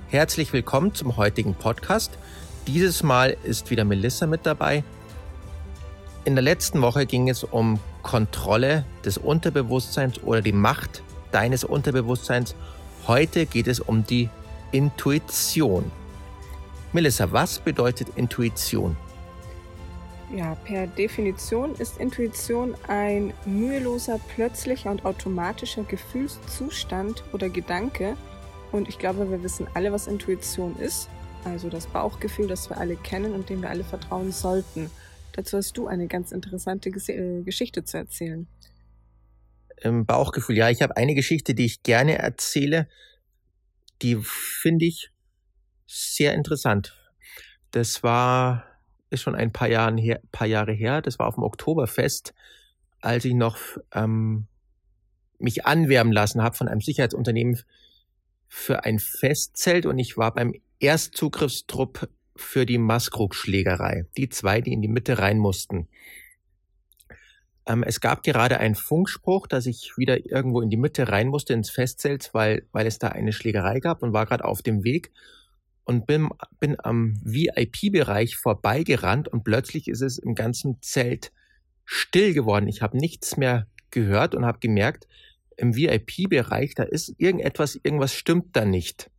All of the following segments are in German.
Herzlich willkommen zum heutigen Podcast. Dieses Mal ist wieder Melissa mit dabei. In der letzten Woche ging es um Kontrolle des Unterbewusstseins oder die Macht deines Unterbewusstseins. Heute geht es um die Intuition. Melissa, was bedeutet Intuition? Ja, per Definition ist Intuition ein müheloser, plötzlicher und automatischer Gefühlszustand oder Gedanke. Und ich glaube, wir wissen alle, was Intuition ist. Also das Bauchgefühl, das wir alle kennen und dem wir alle vertrauen sollten. Dazu hast du eine ganz interessante Geschichte zu erzählen. Bauchgefühl, ja, ich habe eine Geschichte, die ich gerne erzähle. Die finde ich sehr interessant. Das ist schon ein paar Jahre her. Das war auf dem Oktoberfest, als ich noch mich anwerben lassen habe von einem Sicherheitsunternehmen für ein Festzelt, und ich war beim Erstzugriffstrupp für die Maskrug-Schlägerei. Die zwei, die in die Mitte rein mussten. Es gab gerade einen Funkspruch, dass ich wieder irgendwo in die Mitte rein musste ins Festzelt, weil es da eine Schlägerei gab, und war gerade auf dem Weg und bin am VIP-Bereich vorbeigerannt, und plötzlich ist es im ganzen Zelt still geworden. Ich habe nichts mehr gehört und habe gemerkt, im VIP-Bereich, da ist irgendwas stimmt da nicht.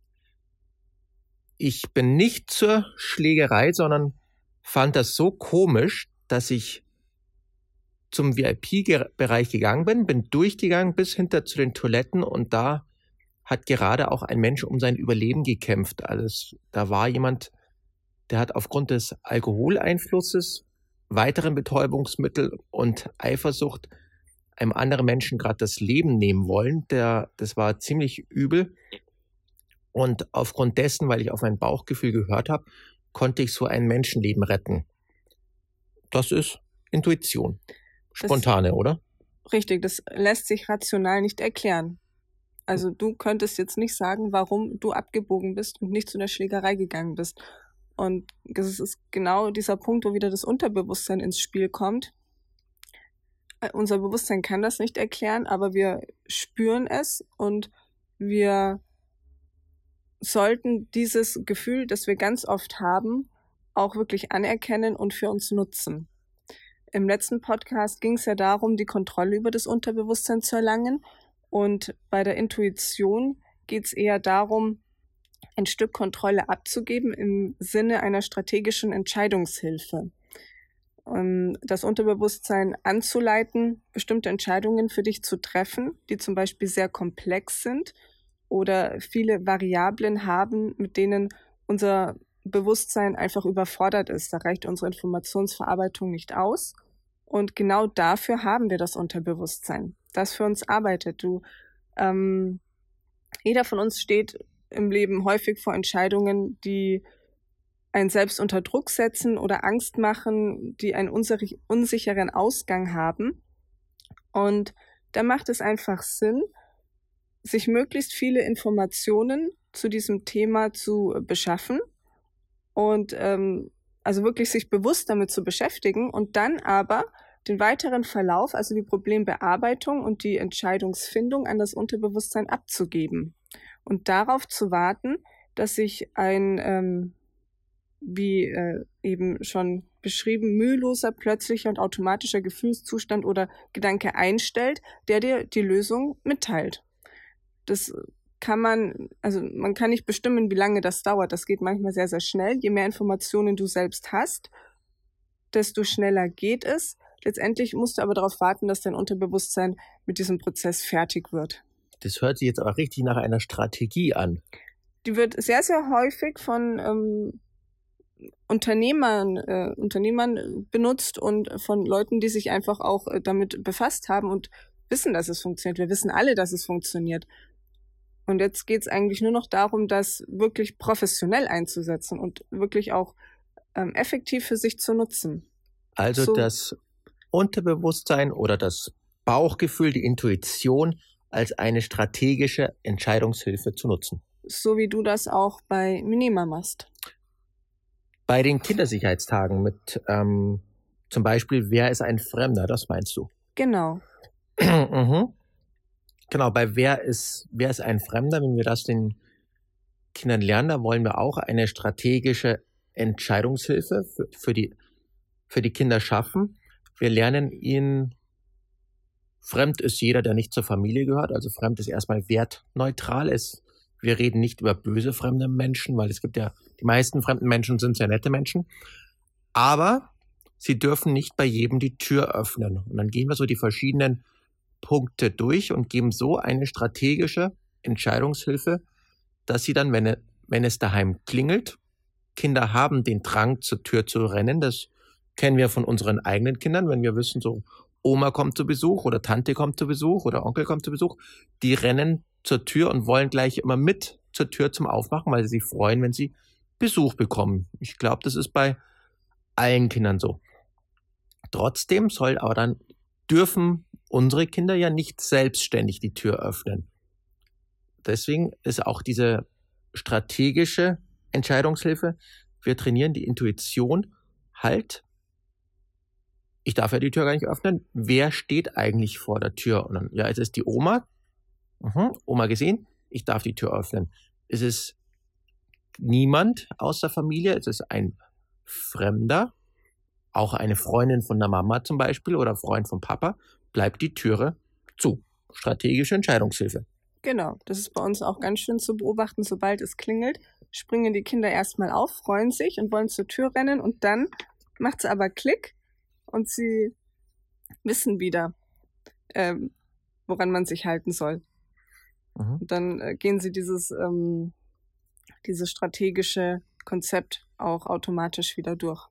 Ich bin nicht zur Schlägerei, sondern fand das so komisch, dass ich zum VIP-Bereich gegangen bin durchgegangen bis hinter zu den Toiletten, und da hat gerade auch ein Mensch um sein Überleben gekämpft. Also da war jemand, der hat aufgrund des Alkoholeinflusses, weiteren Betäubungsmittel und Eifersucht einem anderen Menschen gerade das Leben nehmen wollen. Das war ziemlich übel. Und aufgrund dessen, weil ich auf mein Bauchgefühl gehört habe, konnte ich so ein Menschenleben retten. Das ist Intuition. Spontane, oder? Richtig, das lässt sich rational nicht erklären. Also du könntest jetzt nicht sagen, warum du abgebogen bist und nicht zu einer Schlägerei gegangen bist. Und das ist genau dieser Punkt, wo wieder das Unterbewusstsein ins Spiel kommt. Unser Bewusstsein kann das nicht erklären, aber wir spüren es, und wir sollten dieses Gefühl, das wir ganz oft haben, auch wirklich anerkennen und für uns nutzen. Im letzten Podcast ging es ja darum, die Kontrolle über das Unterbewusstsein zu erlangen. Und bei der Intuition geht es eher darum, ein Stück Kontrolle abzugeben im Sinne einer strategischen Entscheidungshilfe. Das Unterbewusstsein anzuleiten, bestimmte Entscheidungen für dich zu treffen, die zum Beispiel sehr komplex sind oder viele Variablen haben, mit denen unser Bewusstsein einfach überfordert ist. Da reicht unsere Informationsverarbeitung nicht aus. Und genau dafür haben wir das Unterbewusstsein, das für uns arbeitet. Jeder von uns steht im Leben häufig vor Entscheidungen, die einen selbst unter Druck setzen oder Angst machen, die einen unsicheren Ausgang haben. Und da macht es einfach Sinn, sich möglichst viele Informationen zu diesem Thema zu beschaffen und also wirklich sich bewusst damit zu beschäftigen und dann aber den weiteren Verlauf, also die Problembearbeitung und die Entscheidungsfindung an das Unterbewusstsein abzugeben und darauf zu warten, dass sich ein wie eben schon beschrieben, müheloser, plötzlicher und automatischer Gefühlszustand oder Gedanke einstellt, der dir die Lösung mitteilt. Das kann man kann nicht bestimmen, wie lange das dauert. Das geht manchmal sehr, sehr schnell. Je mehr Informationen du selbst hast, desto schneller geht es. Letztendlich musst du aber darauf warten, dass dein Unterbewusstsein mit diesem Prozess fertig wird. Das hört sich jetzt aber richtig nach einer Strategie an. Die wird sehr, sehr häufig von Unternehmern benutzt und von Leuten, die sich einfach auch damit befasst haben und wissen, dass es funktioniert. Wir wissen alle, dass es funktioniert. Und jetzt geht es eigentlich nur noch darum, das wirklich professionell einzusetzen und wirklich auch effektiv für sich zu nutzen. Also so, das Unterbewusstsein oder das Bauchgefühl, die Intuition als eine strategische Entscheidungshilfe zu nutzen. So wie du das auch bei Minima machst. Bei den Kindersicherheitstagen mit zum Beispiel, wer ist ein Fremder, das meinst du? Genau. Mhm. Genau, bei wer ist ein Fremder, wenn wir das den Kindern lernen, da wollen wir auch eine strategische Entscheidungshilfe für die Kinder schaffen. Wir lernen ihnen, fremd ist jeder, der nicht zur Familie gehört. Also fremd ist erstmal wertneutral. Wir reden nicht über böse fremde Menschen, weil es gibt ja, die meisten fremden Menschen sind sehr nette Menschen. Aber sie dürfen nicht bei jedem die Tür öffnen. Und dann gehen wir so die verschiedenen Punkte durch und geben so eine strategische Entscheidungshilfe, dass sie dann, wenn es daheim klingelt, Kinder haben den Drang, zur Tür zu rennen. Das kennen wir von unseren eigenen Kindern, wenn wir wissen, so Oma kommt zu Besuch oder Tante kommt zu Besuch oder Onkel kommt zu Besuch. Die rennen zur Tür und wollen gleich immer mit zur Tür zum Aufmachen, weil sie sich freuen, wenn sie Besuch bekommen. Ich glaube, das ist bei allen Kindern so. Trotzdem dürfen unsere Kinder ja nicht selbstständig die Tür öffnen. Deswegen ist auch diese strategische Entscheidungshilfe, wir trainieren die Intuition, halt, ich darf ja die Tür gar nicht öffnen, wer steht eigentlich vor der Tür? Und dann, ja, es ist die Oma, Oma gesehen, ich darf die Tür öffnen. Es ist niemand aus der Familie, es ist ein Fremder, auch eine Freundin von der Mama zum Beispiel oder Freund von Papa, bleibt die Türe zu. Strategische Entscheidungshilfe. Genau, das ist bei uns auch ganz schön zu beobachten. Sobald es klingelt, springen die Kinder erstmal auf, freuen sich und wollen zur Tür rennen und dann macht es aber Klick und sie wissen wieder, woran man sich halten soll. Und dann gehen sie dieses strategische Konzept auch automatisch wieder durch.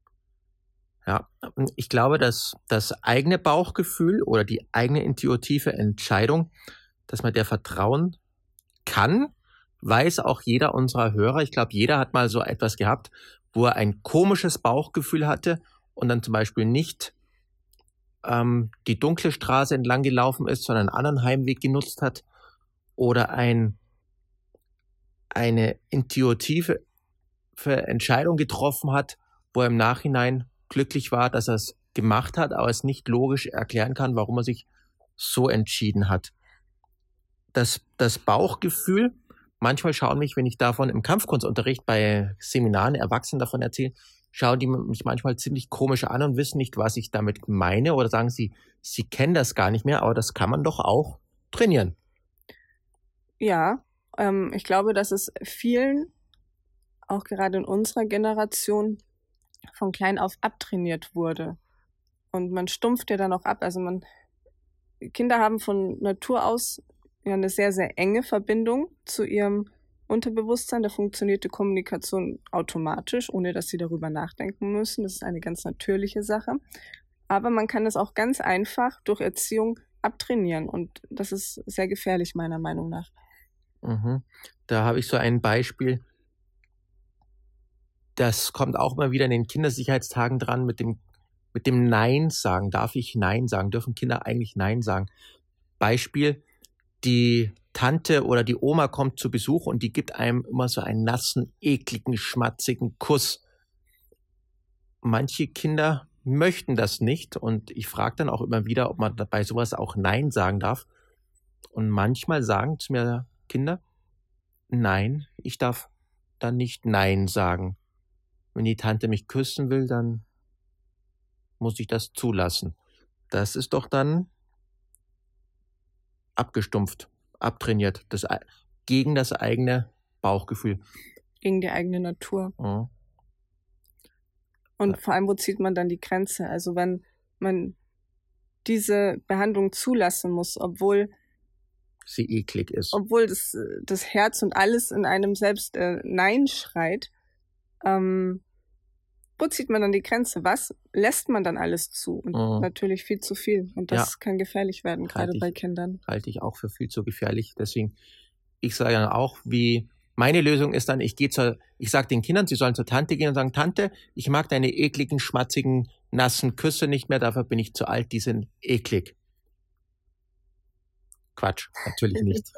Ja, ich glaube, dass das eigene Bauchgefühl oder die eigene intuitive Entscheidung, dass man der vertrauen kann, weiß auch jeder unserer Hörer. Ich glaube, jeder hat mal so etwas gehabt, wo er ein komisches Bauchgefühl hatte und dann zum Beispiel nicht die dunkle Straße entlang gelaufen ist, sondern einen anderen Heimweg genutzt hat oder eine intuitive Entscheidung getroffen hat, wo er im Nachhinein glücklich war, dass er es gemacht hat, aber es nicht logisch erklären kann, warum er sich so entschieden hat. Das Bauchgefühl, manchmal schauen mich, wenn ich davon im Kampfkunstunterricht bei Seminaren Erwachsenen davon erzähle, schauen die mich manchmal ziemlich komisch an und wissen nicht, was ich damit meine oder sagen sie kennen das gar nicht mehr, aber das kann man doch auch trainieren. Ja, ich glaube, dass es vielen, auch gerade in unserer Generation, von klein auf abtrainiert wurde. Und man stumpft ja dann auch ab. Also Kinder haben von Natur aus ja eine sehr, sehr enge Verbindung zu ihrem Unterbewusstsein. Da funktioniert die Kommunikation automatisch, ohne dass sie darüber nachdenken müssen. Das ist eine ganz natürliche Sache. Aber man kann es auch ganz einfach durch Erziehung abtrainieren. Und das ist sehr gefährlich, meiner Meinung nach. Da habe ich so ein Beispiel. Das kommt auch mal wieder in den Kindersicherheitstagen dran mit dem Nein sagen. Darf ich Nein sagen? Dürfen Kinder eigentlich Nein sagen? Beispiel, die Tante oder die Oma kommt zu Besuch und die gibt einem immer so einen nassen, ekligen, schmatzigen Kuss. Manche Kinder möchten das nicht und ich frage dann auch immer wieder, ob man bei sowas auch Nein sagen darf. Und manchmal sagen zu mir Kinder, nein, ich darf dann nicht Nein sagen. Wenn die Tante mich küssen will, dann muss ich das zulassen. Das ist doch dann abgestumpft, abtrainiert, gegen das eigene Bauchgefühl. Gegen die eigene Natur. Mhm. Und vor allem, wo zieht man dann die Grenze? Also wenn man diese Behandlung zulassen muss, obwohl sie eklig ist. Obwohl das Herz und alles in einem selbst Nein schreit, wo zieht man dann die Grenze? Was lässt man dann alles zu? Und natürlich viel zu viel. Und das kann gefährlich werden, gerade bei Kindern. Halte ich auch für viel zu gefährlich. Deswegen, ich sage dann auch, meine Lösung ist dann, ich sage den Kindern, sie sollen zur Tante gehen und sagen, Tante, ich mag deine ekligen, schmatzigen, nassen Küsse nicht mehr, dafür bin ich zu alt, die sind eklig. Quatsch, natürlich nicht.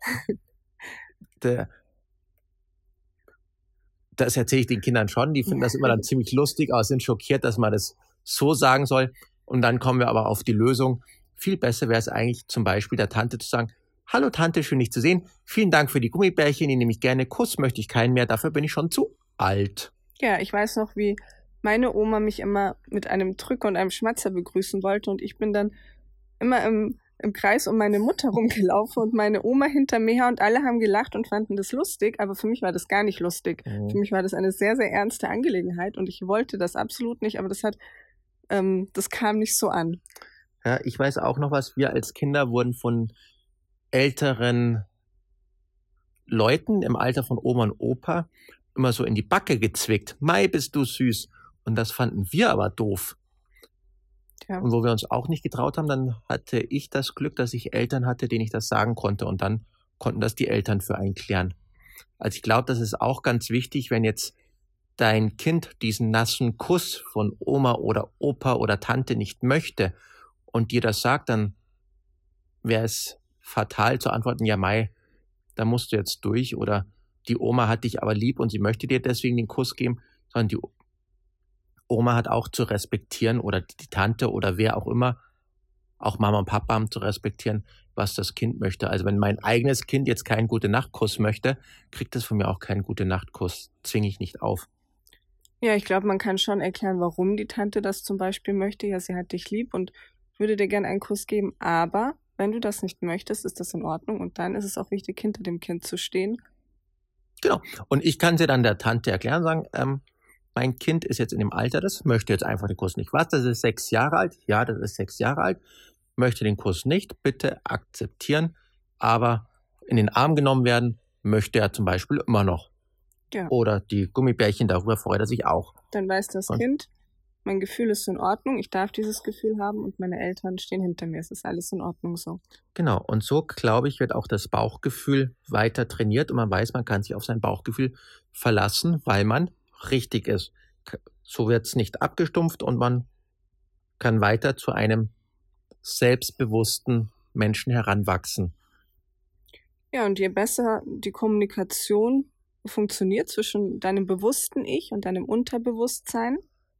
Das erzähle ich den Kindern schon, die finden das immer dann ziemlich lustig, aber sind schockiert, dass man das so sagen soll. Und dann kommen wir aber auf die Lösung. Viel besser wäre es eigentlich zum Beispiel der Tante zu sagen, Hallo Tante, schön dich zu sehen. Vielen Dank für die Gummibärchen, die nehme ich gerne. Kuss möchte ich keinen mehr, dafür bin ich schon zu alt. Ja, ich weiß noch, wie meine Oma mich immer mit einem Drücker und einem Schmatzer begrüßen wollte und ich bin dann immer im Kreis um meine Mutter rumgelaufen und meine Oma hinter mir her und alle haben gelacht und fanden das lustig, aber für mich war das gar nicht lustig. Für mich war das eine sehr, sehr ernste Angelegenheit und ich wollte das absolut nicht, aber das kam nicht so an. Ja, ich weiß auch noch was, wir als Kinder wurden von älteren Leuten im Alter von Oma und Opa immer so in die Backe gezwickt. Mei, bist du süß. Und das fanden wir aber doof. Ja. Und wo wir uns auch nicht getraut haben, dann hatte ich das Glück, dass ich Eltern hatte, denen ich das sagen konnte. Und dann konnten das die Eltern für einen klären. Also ich glaube, das ist auch ganz wichtig, wenn jetzt dein Kind diesen nassen Kuss von Oma oder Opa oder Tante nicht möchte und dir das sagt, dann wäre es fatal zu antworten, ja Mei, da musst du jetzt durch oder die Oma hat dich aber lieb und sie möchte dir deswegen den Kuss geben, sondern die Oma hat auch zu respektieren oder die Tante oder wer auch immer, auch Mama und Papa haben zu respektieren, was das Kind möchte. Also wenn mein eigenes Kind jetzt keinen Gute-Nacht-Kuss möchte, kriegt es von mir auch keinen Gute-Nacht-Kuss. Zwinge ich nicht auf. Ja, ich glaube, man kann schon erklären, warum die Tante das zum Beispiel möchte. Ja, sie hat dich lieb und würde dir gerne einen Kuss geben, aber wenn du das nicht möchtest, ist das in Ordnung und dann ist es auch wichtig, hinter dem Kind zu stehen. Genau. Und ich kann sie dann der Tante erklären, sagen, mein Kind ist jetzt in dem Alter, das möchte jetzt einfach den Kuss nicht. Was, das ist 6 Jahre alt? Ja, das ist 6 Jahre alt. Möchte den Kuss nicht, bitte akzeptieren. Aber in den Arm genommen werden möchte er zum Beispiel immer noch. Ja. Oder die Gummibärchen, darüber freut er sich auch. Dann weiß das Kind, mein Gefühl ist in Ordnung, ich darf dieses Gefühl haben und meine Eltern stehen hinter mir. Es ist alles in Ordnung so. Genau, und so, glaube ich, wird auch das Bauchgefühl weiter trainiert und man weiß, man kann sich auf sein Bauchgefühl verlassen, weil man richtig ist. So wird es nicht abgestumpft und man kann weiter zu einem selbstbewussten Menschen heranwachsen. Ja, und je besser die Kommunikation funktioniert zwischen deinem bewussten Ich und deinem Unterbewusstsein,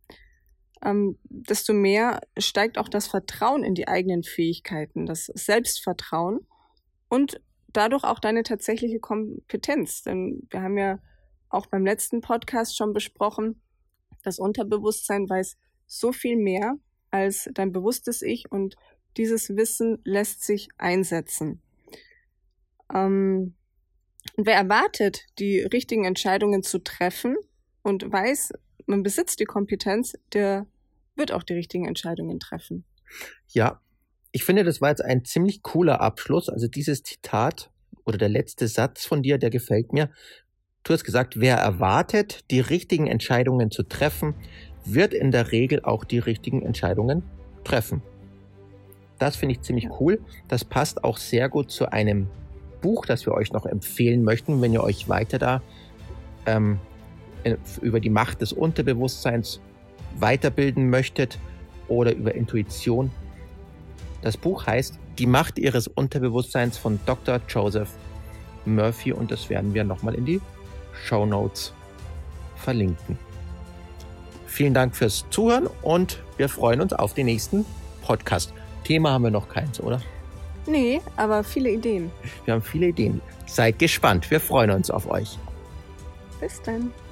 desto mehr steigt auch das Vertrauen in die eigenen Fähigkeiten, das Selbstvertrauen und dadurch auch deine tatsächliche Kompetenz. Denn wir haben ja auch beim letzten Podcast schon besprochen, das Unterbewusstsein weiß so viel mehr als dein bewusstes Ich und dieses Wissen lässt sich einsetzen. Und wer erwartet, die richtigen Entscheidungen zu treffen und weiß, man besitzt die Kompetenz, der wird auch die richtigen Entscheidungen treffen. Ja, ich finde, das war jetzt ein ziemlich cooler Abschluss. Also dieses Zitat oder der letzte Satz von dir, der gefällt mir. Du hast gesagt, wer erwartet, die richtigen Entscheidungen zu treffen, wird in der Regel auch die richtigen Entscheidungen treffen. Das finde ich ziemlich cool. Das passt auch sehr gut zu einem Buch, das wir euch noch empfehlen möchten, wenn ihr euch weiter da über die Macht des Unterbewusstseins weiterbilden möchtet oder über Intuition. Das Buch heißt Die Macht ihres Unterbewusstseins von Dr. Joseph Murphy und das werden wir nochmal in die Shownotes verlinken. Vielen Dank fürs Zuhören und wir freuen uns auf den nächsten Podcast. Thema haben wir noch keins, oder? Nee, aber viele Ideen. Wir haben viele Ideen. Seid gespannt. Wir freuen uns auf euch. Bis dann.